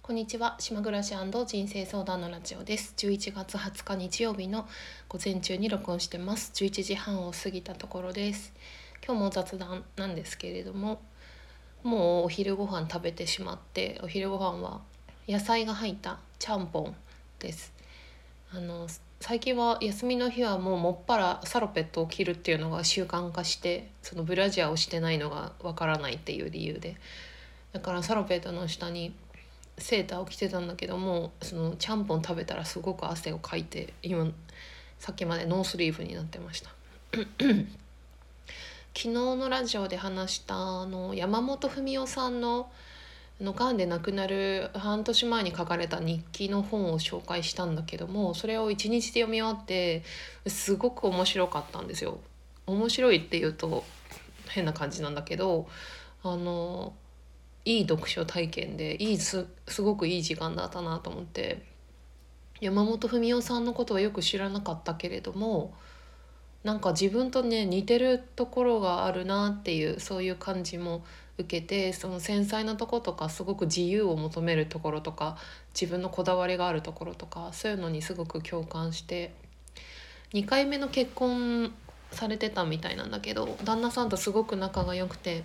こんにちは。島暮らし人生相談のラジオです。11月20日日曜日の午前中に録音してます。11時半を過ぎたところです。今日も雑談なんですけれども、もうお昼ご飯食べてしまって、お昼ご飯は野菜が入ったちゃんぽんです。最近は休みの日はもっぱらサロペットを着るっていうのが習慣化して、そのブラジャーをしてないのがわからないっていう理由で、だからサロペットの下にセーターを着てたんだけども、そのちゃんぽん食べたらすごく汗をかいて、今さっきまでノースリーブになってました。昨日のラジオで話した山本文夫さんのがんで亡くなる半年前に書かれた日記の本を紹介したんだけども、それを一日で読み終わってすごく面白かったんですよ。面白いっていうと変な感じなんだけど、あのいい読書体験ですごくいい時間だったなと思って、山本文夫さんのことはよく知らなかったけれども、なんか自分とね似てるところがあるなっていう、そういう感じも受けて、その繊細なところとか、すごく自由を求めるところとか、自分のこだわりがあるところとか、そういうのにすごく共感して、2回目の結婚されてたみたいなんだけど、旦那さんとすごく仲が良くて、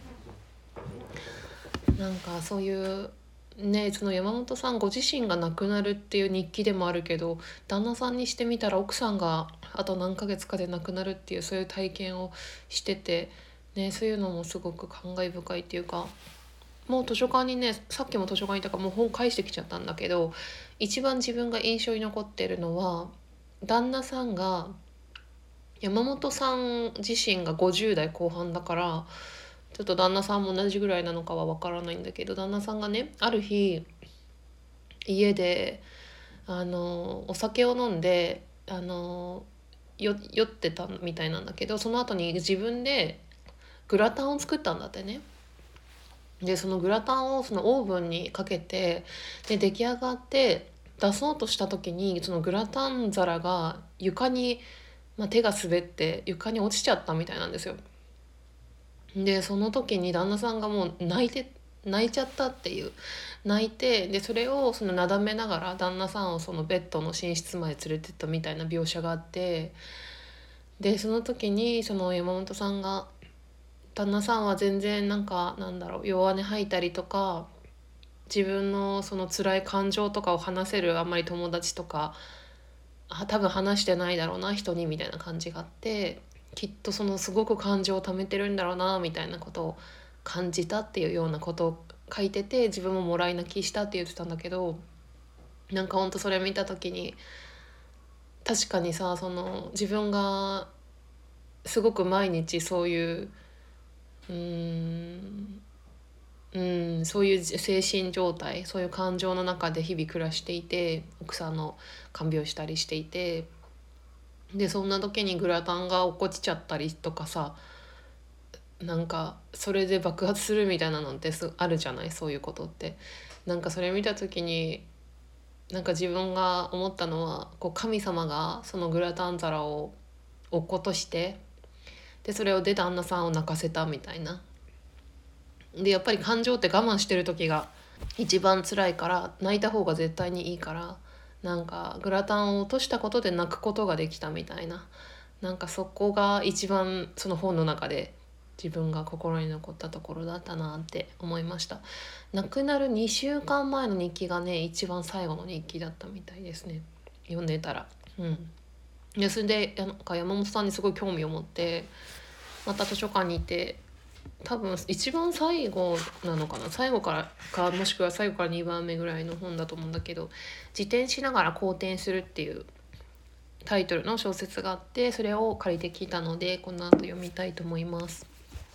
なんかそういうね、その山本さんご自身が亡くなるっていう日記でもあるけど、旦那さんにしてみたら奥さんがあと何ヶ月かで亡くなるっていう、そういう体験をしてて、ね、そういうのもすごく感慨深いっていうか、もう図書館にね、さっきも図書館にいたからもう本返してきちゃったんだけど、一番自分が印象に残ってるのは、旦那さんが、山本さん自身が50代後半だから、ちょっと旦那さんも同じぐらいなのかはわからないんだけど、旦那さんがね、ある日家でお酒を飲んで酔ってたみたいなんだけど、その後に自分でグラタンを作ったんだってね。でそのグラタンをそのオーブンにかけて、で出来上がって出そうとした時に、そのグラタン皿が床に、手が滑って床に落ちちゃったみたいなんですよ。でその時に旦那さんがもう泣いちゃったっていう、泣いて、でそれをそのなだめながら旦那さんをそのベッドの寝室まで連れてったみたいな描写があって、でその時にその山本さんが、旦那さんは全然弱音吐いたりとか、自分のその辛い感情とかを話せるあんまり友達とか多分話してないだろうな人にみたいな感じがあって、きっとそのすごく感情を溜めてるんだろうなみたいなことを感じたっていうようなことを書いてて、自分ももらい泣きしたって言ってたんだけど、なんかほんとそれ見た時に、確かにさ、その自分がすごく毎日そういううーんそういう精神状態、そういう感情の中で日々暮らしていて、奥さんの看病したりしていて、でそんな時にグラタンが落っこちちゃったりとかさ、なんかそれで爆発するみたいなのってあるじゃない、そういうことって。なんかそれ見た時に、なんか自分が思ったのは、こう神様がそのグラタン皿を落っことして、でそれをで旦那さんを泣かせたみたいな。でやっぱり感情って我慢してる時が一番辛いから、泣いた方が絶対にいいから、なんかグラタンを落としたことで泣くことができたみたいな、なんかそこが一番その本の中で自分が心に残ったところだったなって思いました。亡くなる2週間前の日記がね、一番最後の日記だったみたいですね、読んでたら。でそれでなんか山本さんにすごい興味を持って、また図書館に行って、多分一番最後なのかな、最後からか、もしくは最後から2番目ぐらいの本だと思うんだけど、自転しながら好転するっていうタイトルの小説があって、それを借りてきたのでこの後読みたいと思います。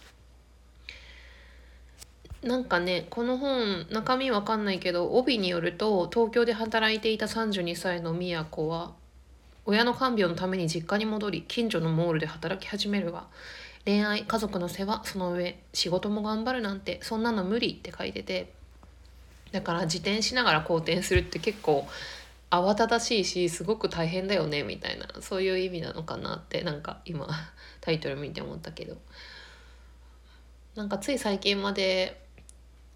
なんかね、この本中身わかんないけど、帯によると、東京で働いていた32歳の宮子は親の看病のために実家に戻り、近所のモールで働き始めるが、恋愛、家族の世話、その上仕事も頑張るなんて、そんなの無理って書いてて、だから自転しながら好転するって結構慌ただしいし、すごく大変だよねみたいな、そういう意味なのかなって、なんか今タイトル見て思ったけど、なんかつい最近まで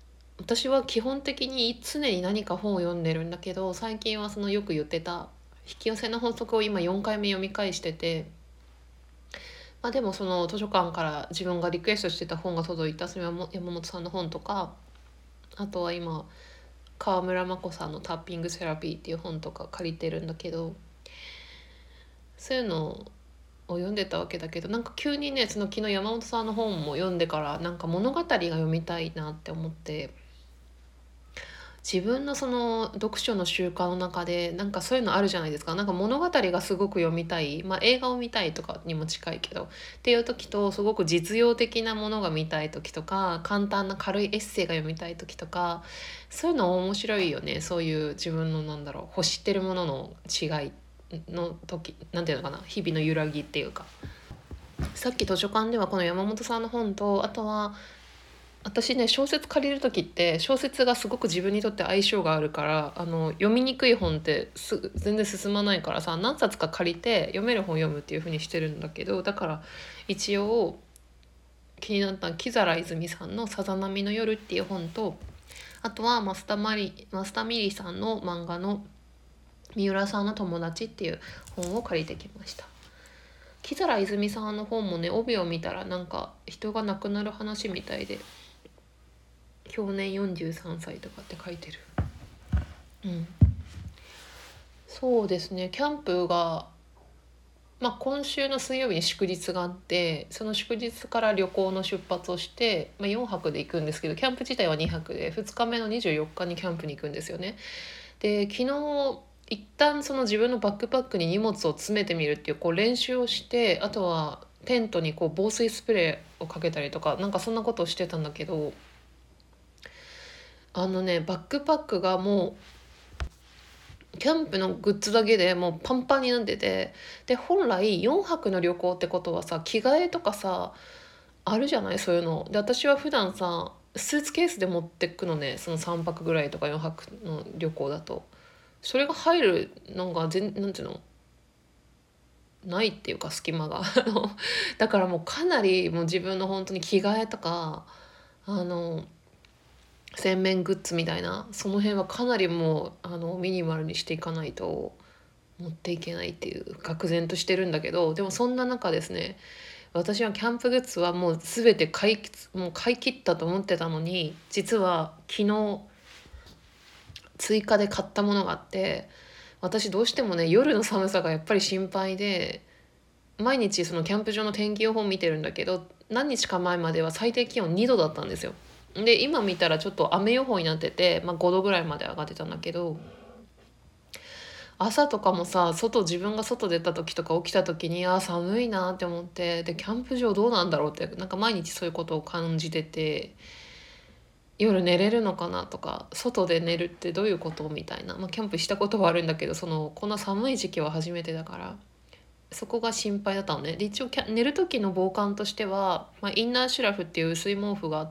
私は基本的に常に何か本を読んでるんだけど、最近はそのよく言ってた引き寄せの法則を今4回目読み返してて、でもその図書館から自分がリクエストしてた本が届いた、それは山本さんの本とか、あとは今川村真子さんの「タッピングセラピー」っていう本とか借りてるんだけど、そういうのを読んでたわけだけど、なんか急にね、その昨日山本さんの本も読んでからなんか物語が読みたいなって思って、自分のその読書の習慣の中でなんかそういうのあるじゃないですか。なんか物語がすごく読みたい、映画を見たいとかにも近いけどっていう時と、すごく実用的なものが見たい時とか、簡単な軽いエッセイが読みたい時とか、そういうの面白いよね。そういう自分の欲してるものの違いの時、なんていうのかな、日々の揺らぎっていうか。さっき図書館ではこの山本さんの本と、あとは私ね、小説借りる時って小説がすごく自分にとって相性があるから、読みにくい本って全然進まないからさ、何冊か借りて読める本読むっていう風にしてるんだけど、だから一応気になった木皿泉さんの「さざ波の夜」っていう本と、あとは増田ミリさんの漫画の「三浦さんの友達」っていう本を借りてきました。木皿泉さんの本もね、帯を見たらなんか人が亡くなる話みたいで、去年43歳とかって書いてる。うん、そうですね。キャンプが、今週の水曜日に祝日があって、その祝日から旅行の出発をして、4泊で行くんですけど、キャンプ自体は2泊で2日目の24日にキャンプに行くんですよね。で、昨日一旦その自分のバックパックに荷物を詰めてみるっていう、練習をして、あとはテントに防水スプレーをかけたりとか、なんかそんなことをしてたんだけど、バックパックがもうキャンプのグッズだけでもうパンパンになってて、で本来4泊の旅行ってことはさ、着替えとかさあるじゃない、そういうので。私は普段さスーツケースで持ってくのね、その3泊ぐらいとか4泊の旅行だと。それが入るのがなんていうの、ないっていうか、隙間がだからもうかなりもう自分の本当に着替えとか、あの洗面グッズみたいな、その辺はかなりもうミニマルにしていかないと持っていけないっていう愕然としてるんだけど、でもそんな中ですね、私はキャンプグッズはもう全てもう買い切ったと思ってたのに、実は昨日追加で買ったものがあって、私どうしてもね、夜の寒さがやっぱり心配で、毎日そのキャンプ場の天気予報見てるんだけど、何日か前までは最低気温2度だったんですよ。で今見たらちょっと雨予報になってて、5度ぐらいまで上がってたんだけど、朝とかもさ、自分が外出た時とか起きた時に、寒いなって思って、でキャンプ場どうなんだろうって、なんか毎日そういうことを感じてて、夜寝れるのかなとか、外で寝るってどういうことみたいな、キャンプしたことはあるんだけど、こんな寒い時期は初めてだから、そこが心配だったのね。で一応寝る時の防寒としては、インナーシュラフっていう薄い毛布があって、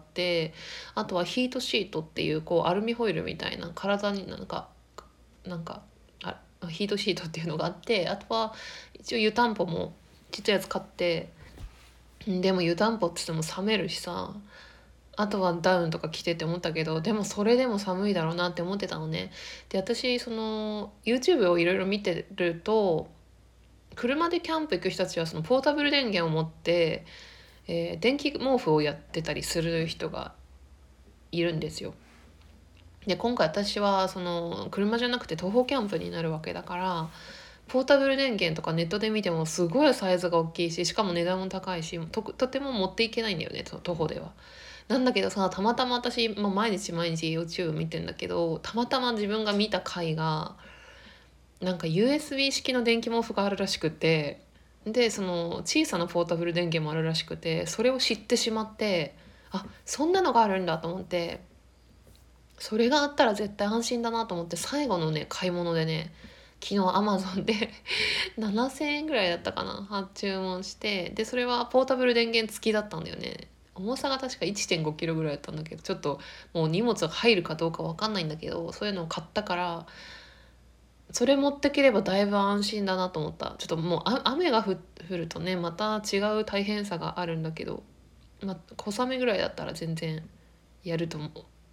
あとはヒートシートっていうアルミホイルみたいな、体になんかヒートシートっていうのがあって、あとは一応湯たんぽもちっちゃいやつ買って。でも湯たんぽって言っても冷めるしさ、あとはダウンとか着てって思ったけど、でもそれでも寒いだろうなって思ってたのね。で私その YouTube をいろいろ見てると、車でキャンプ行く人たちはそのポータブル電源を持って、電気毛布をやってたりする人がいるんですよ。で今回私はその車じゃなくて徒歩キャンプになるわけだから、ポータブル電源とかネットで見てもすごいサイズが大きいし、しかも値段も高いし、とても持っていけないんだよね、徒歩では。なんだけどさ、たまたま私、毎日毎日 YouTube 見てんだけど、たまたま自分が見た回がなんか USB 式の電気毛布があるらしくて、でその小さなポータブル電源もあるらしくて、それを知ってしまって、そんなのがあるんだと思って、それがあったら絶対安心だなと思って、最後のね買い物でね、昨日アマゾンで7,000円ぐらいだったかな、注文して、でそれはポータブル電源付きだったんだよね。重さが確か 1.5 キロぐらいだったんだけど、ちょっともう荷物が入るかどうか分かんないんだけど、そういうのを買ったから、それ持ってければだいぶ安心だなと思った。ちょっともう雨が降るとね、また違う大変さがあるんだけど、小雨ぐらいだったら全然やると思う。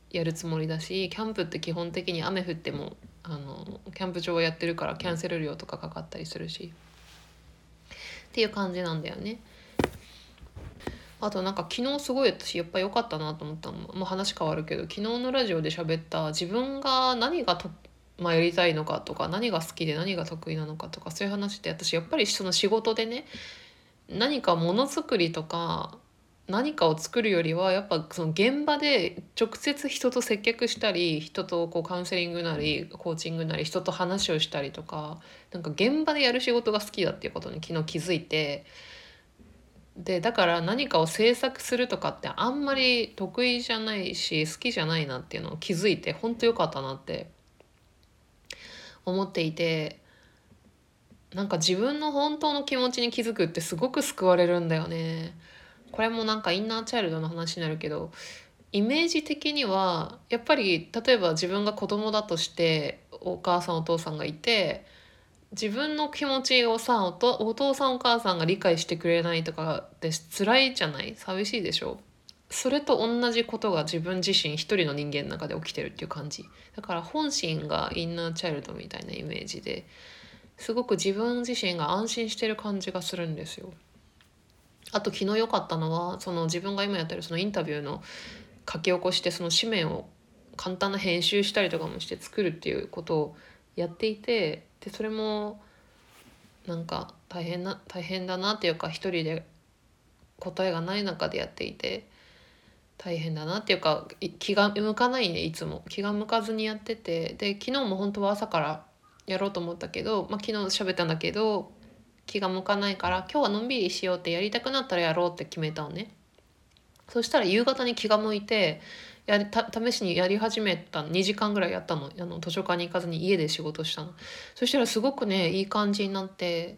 やるつもりだし、キャンプって基本的に雨降ってもキャンプ場はやってるからキャンセル料とかかかったりするしっていう感じなんだよね。あとなんか昨日すごい私やっぱ良かったなと思ったのも、話変わるけど、昨日のラジオで喋った自分が何がやりたいのかとか、何が好きで何が得意なのかとか、そういう話って私やっぱりその仕事でね、何かものづくりとか何かを作るよりはやっぱその現場で直接人と接客したり、人とこうカウンセリングなりコーチングなり人と話をしたりとか、なんか現場でやる仕事が好きだっていうことに昨日気づいて、でだから何かを制作するとかってあんまり得意じゃないし好きじゃないなっていうのを気づいて、本当良かったなって思っていて、なんか自分の本当の気持ちに気づくってすごく救われるんだよね。これもなんかインナーチャイルドの話になるけど、イメージ的にはやっぱり例えば自分が子供だとしてお母さんお父さんがいて、自分の気持ちをさお父さんお母さんが理解してくれないとかって辛いじゃない、寂しいでしょ。それと同じことが自分自身一人の人間の中で起きてるっていう感じだから、本心がインナーチャイルドみたいなイメージですごく自分自身が安心してる感じがするんですよ。あと昨日良かったのは、その自分が今やってるそのインタビューの書き起こして、その紙面を簡単な編集したりとかもして作るっていうことをやっていて、でそれもなんか大変だなっていうか、一人で答えがない中でやっていて大変だなっていうか、気が向かないね、いつも気が向かずにやってて、で昨日も本当は朝からやろうと思ったけど、昨日喋ったんだけど気が向かないから、今日はのんびりしようって、やりたくなったらやろうって決めたのね。そしたら夕方に気が向いて試しにやり始めたの。2時間ぐらいやったの。図書館に行かずに家で仕事したの。そしたらすごくねいい感じになって、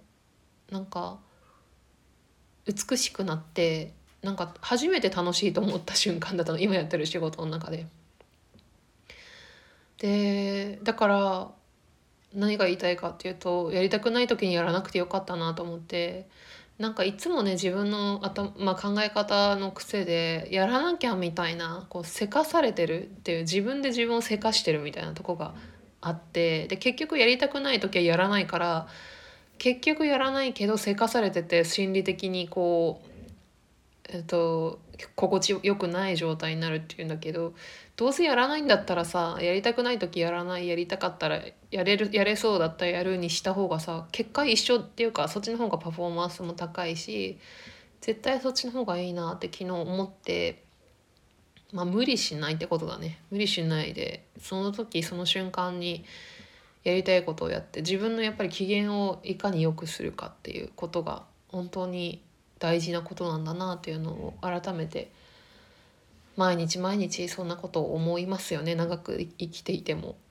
なんか美しくなって、なんか初めて楽しいと思った瞬間だったの、今やってる仕事の中で。でだから何が言いたいかっていうと、やりたくない時にやらなくてよかったなと思って、なんかいつもね自分の考え方の癖でやらなきゃみたいな、こうせかされてるっていう、自分で自分をせかしてるみたいなとこがあって、で結局やりたくない時はやらないから、結局やらないけどせかされてて、心理的にこう心地よくない状態になるっていうんだけど、どうせやらないんだったらさ、やりたくない時やらない、やりたかったらやれそうだったらやるにした方がさ、結果一緒っていうか、そっちの方がパフォーマンスも高いし、絶対そっちの方がいいなって昨日思って、無理しないってことだね。無理しないでその時その瞬間にやりたいことをやって、自分のやっぱり機嫌をいかに良くするかっていうことが本当に大事なことなんだなっていうのを改めて毎日毎日そんなことを思いますよね、長く生きていても。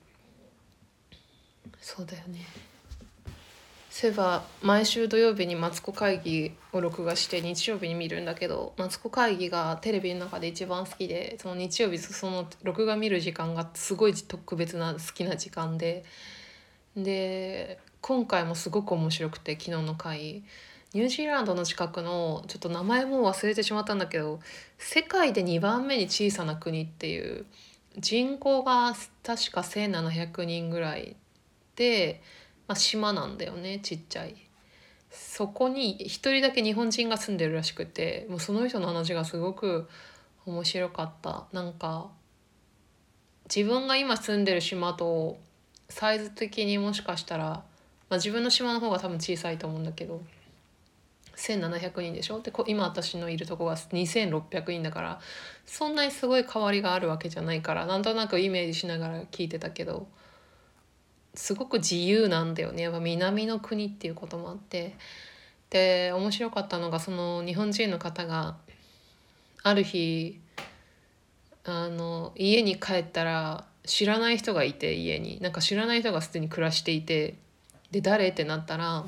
そうだよね。そういえば毎週土曜日にマツコ会議を録画して日曜日に見るんだけど、マツコ会議がテレビの中で一番好きで、その日曜日その録画見る時間がすごい特別な好きな時間で今回もすごく面白くて、昨日の回ニュージーランドの近くのちょっと名前もう忘れてしまったんだけど、世界で2番目に小さな国っていう、人口が確か1700人ぐらいで、島なんだよね、ちっちゃい。そこに一人だけ日本人が住んでるらしくて、もうその人の話がすごく面白かった。なんか自分が今住んでる島とサイズ的にもしかしたら、自分の島の方が多分小さいと思うんだけど、1700人でしょ。で今私のいるとこが2600人だから、そんなにすごい変わりがあるわけじゃないから、なんとなくイメージしながら聞いてたけど、すごく自由なんだよね。やっぱ南の国っていうこともあって。で面白かったのが、その日本人の方がある日家に帰ったら知らない人がいて、家になんか知らない人がすでに暮らしていて、で誰ってなったら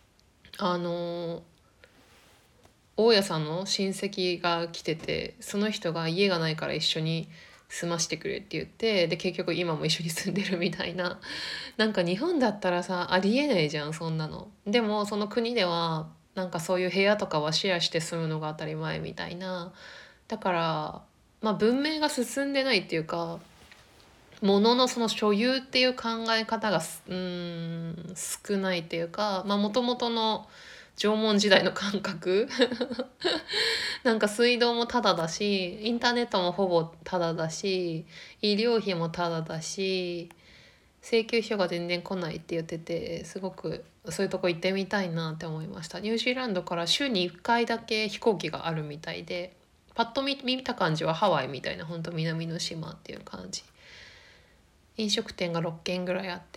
大家さんの親戚が来てて、その人が家がないから一緒に住ましてくれって言って、で結局今も一緒に住んでるみたいな。なんか日本だったらさありえないじゃんそんなの。でもその国ではなんかそういう部屋とかはシェアして住むのが当たり前みたいな。だから文明が進んでないっていうか、物のその所有っていう考え方が少ないっていうか、もともとの縄文時代の感覚なんか水道もタダだし、インターネットもほぼタダだし、医療費もタダだし、請求書が全然来ないって言ってて、すごくそういうとこ行ってみたいなって思いました。ニュージーランドから週に1回だけ飛行機があるみたいで、パッと見た感じはハワイみたいな、本当南の島っていう感じ。飲食店が6軒ぐらいあって、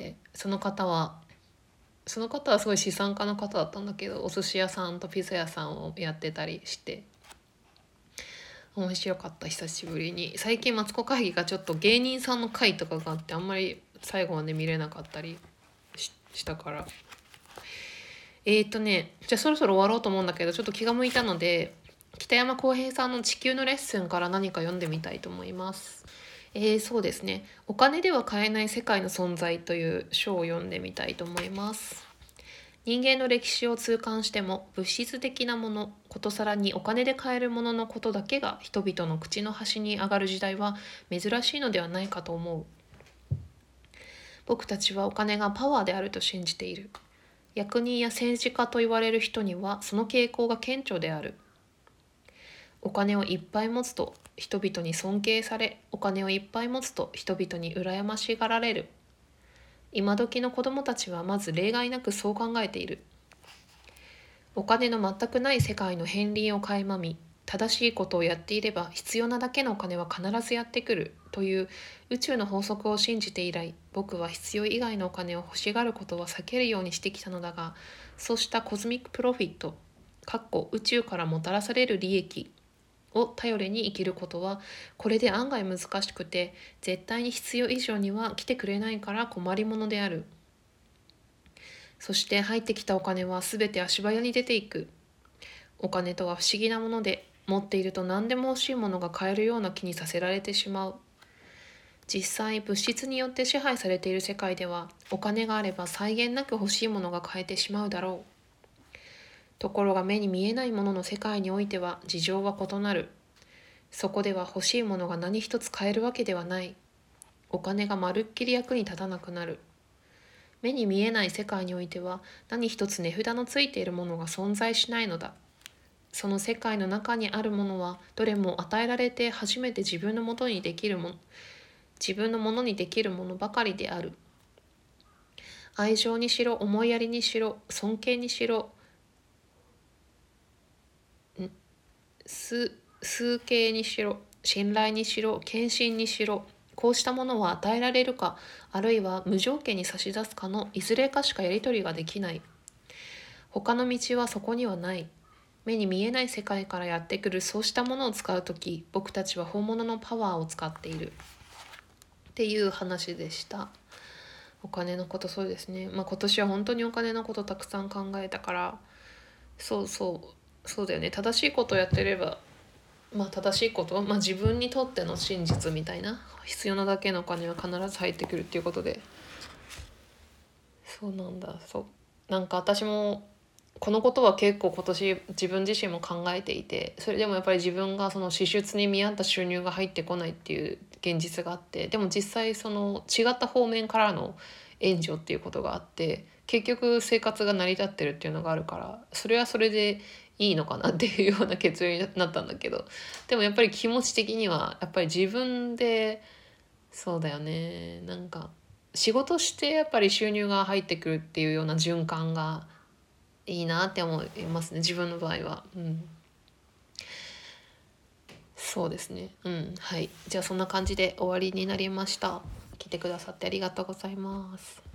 その方はすごい資産家の方だったんだけど、お寿司屋さんとピザ屋さんをやってたりして、面白かった。久しぶりに。最近マツコ会議がちょっと芸人さんの会とかがあって、あんまり最後まで見れなかったりしたから、じゃあそろそろ終わろうと思うんだけど、ちょっと気が向いたので、北山浩平さんの地球のレッスンから何か読んでみたいと思います。そうですね。お金では買えない世界の存在という書を読んでみたいと思います。人間の歴史を痛感しても、物質的なもの、ことさらにお金で買えるもののことだけが人々の口の端に上がる時代は珍しいのではないかと思う。僕たちはお金がパワーであると信じている。役人や政治家と言われる人にはその傾向が顕著である。お金をいっぱい持つと人々に尊敬され、お金をいっぱい持つと人々に羨ましがられる。今時の子供たちはまず例外なくそう考えている。お金の全くない世界の片鱗を垣間見、正しいことをやっていれば必要なだけのお金は必ずやってくるという宇宙の法則を信じて以来、僕は必要以外のお金を欲しがることは避けるようにしてきたのだが、そうしたコズミックプロフィット、宇宙からもたらされる利益を頼りに生きることは、これで案外難しくて、絶対に必要以上には来てくれないから困りものである。そして入ってきたお金はすべて足早に出ていく。お金とは不思議なもので、持っていると何でも欲しいものが買えるような気にさせられてしまう。実際、物質によって支配されている世界では、お金があれば際限なく欲しいものが買えてしまうだろう。ところが目に見えないものの世界においては事情は異なる。そこでは欲しいものが何一つ買えるわけではない。お金がまるっきり役に立たなくなる。目に見えない世界においては何一つ値札のついているものが存在しないのだ。その世界の中にあるものはどれも与えられて初めて自分のものにできるものばかりである。愛情にしろ、思いやりにしろ、尊敬にしろ、崇敬にしろ、信頼にしろ、献身にしろ、こうしたものは与えられるか、あるいは無条件に差し出すかのいずれかしかやり取りができない。他の道はそこにはない。目に見えない世界からやってくるそうしたものを使うとき、僕たちは本物のパワーを使っている。っていう話でした。お金のこと、そうですね。今年は本当にお金のことたくさん考えたから、そうだよね。正しいことをやってれば、正しいこと、自分にとっての真実みたいな、必要なだけのお金は必ず入ってくるっていうことで、そうなんだ。なんか私もこのことは結構今年自分自身も考えていて、それでもやっぱり自分がその支出に見合った収入が入ってこないっていう現実があって、でも実際その違った方面からの援助っていうことがあって、結局生活が成り立ってるっていうのがあるから、それはそれでいいのかなっていうような結論になったんだけど、でもやっぱり気持ち的にはやっぱり自分で、そうだよね、なんか仕事してやっぱり収入が入ってくるっていうような循環がいいなって思いますね、自分の場合は。そうですね。はい。じゃあそんな感じで終わりになりました。来てくださってありがとうございます。